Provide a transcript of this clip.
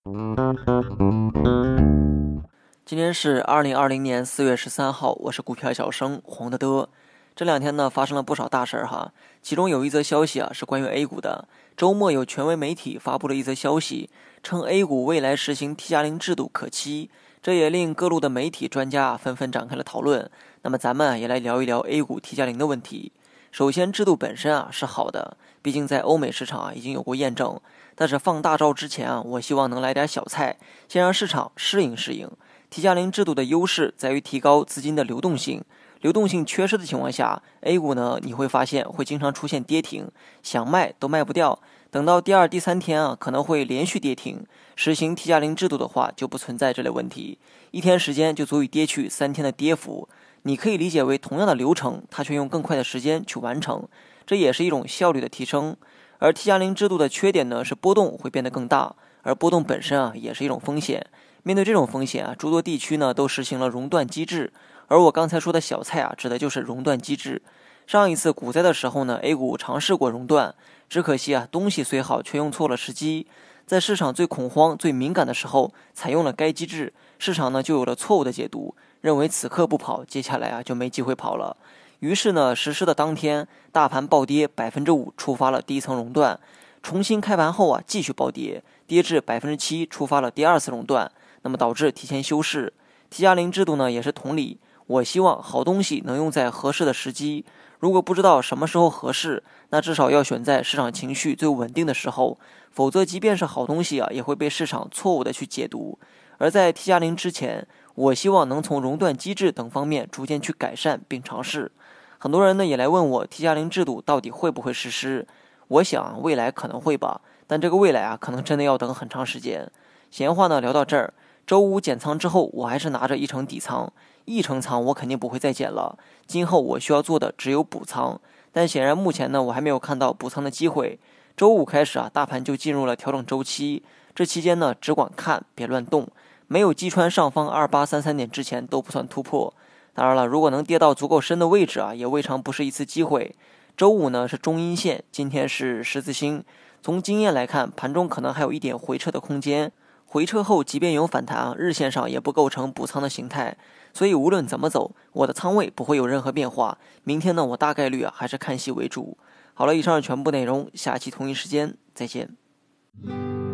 今天是2020年4月13号，我是股票小生黄德德。这两天呢发生了不少大事哈，其中有一则消息是关于 A 股的。周末有权威媒体发布了一则消息，称 A 股未来实行 T+0制度可期，这也令各路的媒体专家纷纷展开了讨论。那么咱们也来聊一聊 A 股 T+0的问题。首先，制度本身是好的，毕竟在欧美市场已经有过验证。但是放大招之前我希望能来点小菜，先让市场适应适应。T+0制度的优势在于提高资金的流动性，流动性缺失的情况下 ，A 股呢你会发现会经常出现跌停，想卖都卖不掉。等到第二、第三天可能会连续跌停。实行 T+0制度的话，就不存在这类问题，一天时间就足以跌去3天的跌幅。你可以理解为同样的流程，它却用更快的时间去完成，这也是一种效率的提升。而 T+0制度的缺点呢是波动会变得更大，而波动本身也是一种风险。面对这种风险诸多地区呢都实行了熔断机制，而我刚才说的小菜指的就是熔断机制。上一次股灾的时候呢 ，A 股尝试过熔断，只可惜东西虽好，却用错了时机。在市场最恐慌、最敏感的时候，采用了该机制，市场呢就有了错误的解读，认为此刻不跑，接下来就没机会跑了。于是呢，实施的当天，大盘暴跌5%，触发了第一层熔断。重新开盘后继续暴跌，跌至7%，触发了第二次熔断。那么导致提前休市。T+0制度呢也是同理，我希望好东西能用在合适的时机。如果不知道什么时候合适，那至少要选在市场情绪最稳定的时候，否则即便是好东西也会被市场错误的去解读。而在 T+0之前，我希望能从熔断机制等方面逐渐去改善并尝试。很多人呢也来问我 T+0制度到底会不会实施，我想未来可能会吧，但这个未来可能真的要等很长时间。闲话呢聊到这儿，周五减仓之后，我还是拿着1成底仓，1成仓我肯定不会再减了。今后我需要做的只有补仓，但显然目前呢，我还没有看到补仓的机会。周五开始大盘就进入了调整周期，这期间呢，只管看，别乱动，没有击穿上方2833点之前都不算突破。当然了，如果能跌到足够深的位置也未尝不是一次机会。周五呢是中阴线，今天是十字星，从经验来看，盘中可能还有一点回撤的空间。回撤后即便有反弹日线上也不构成补仓的形态，所以无论怎么走，我的仓位不会有任何变化。明天呢，我大概率还是看戏为主。好了，以上是全部内容，下期同一时间再见。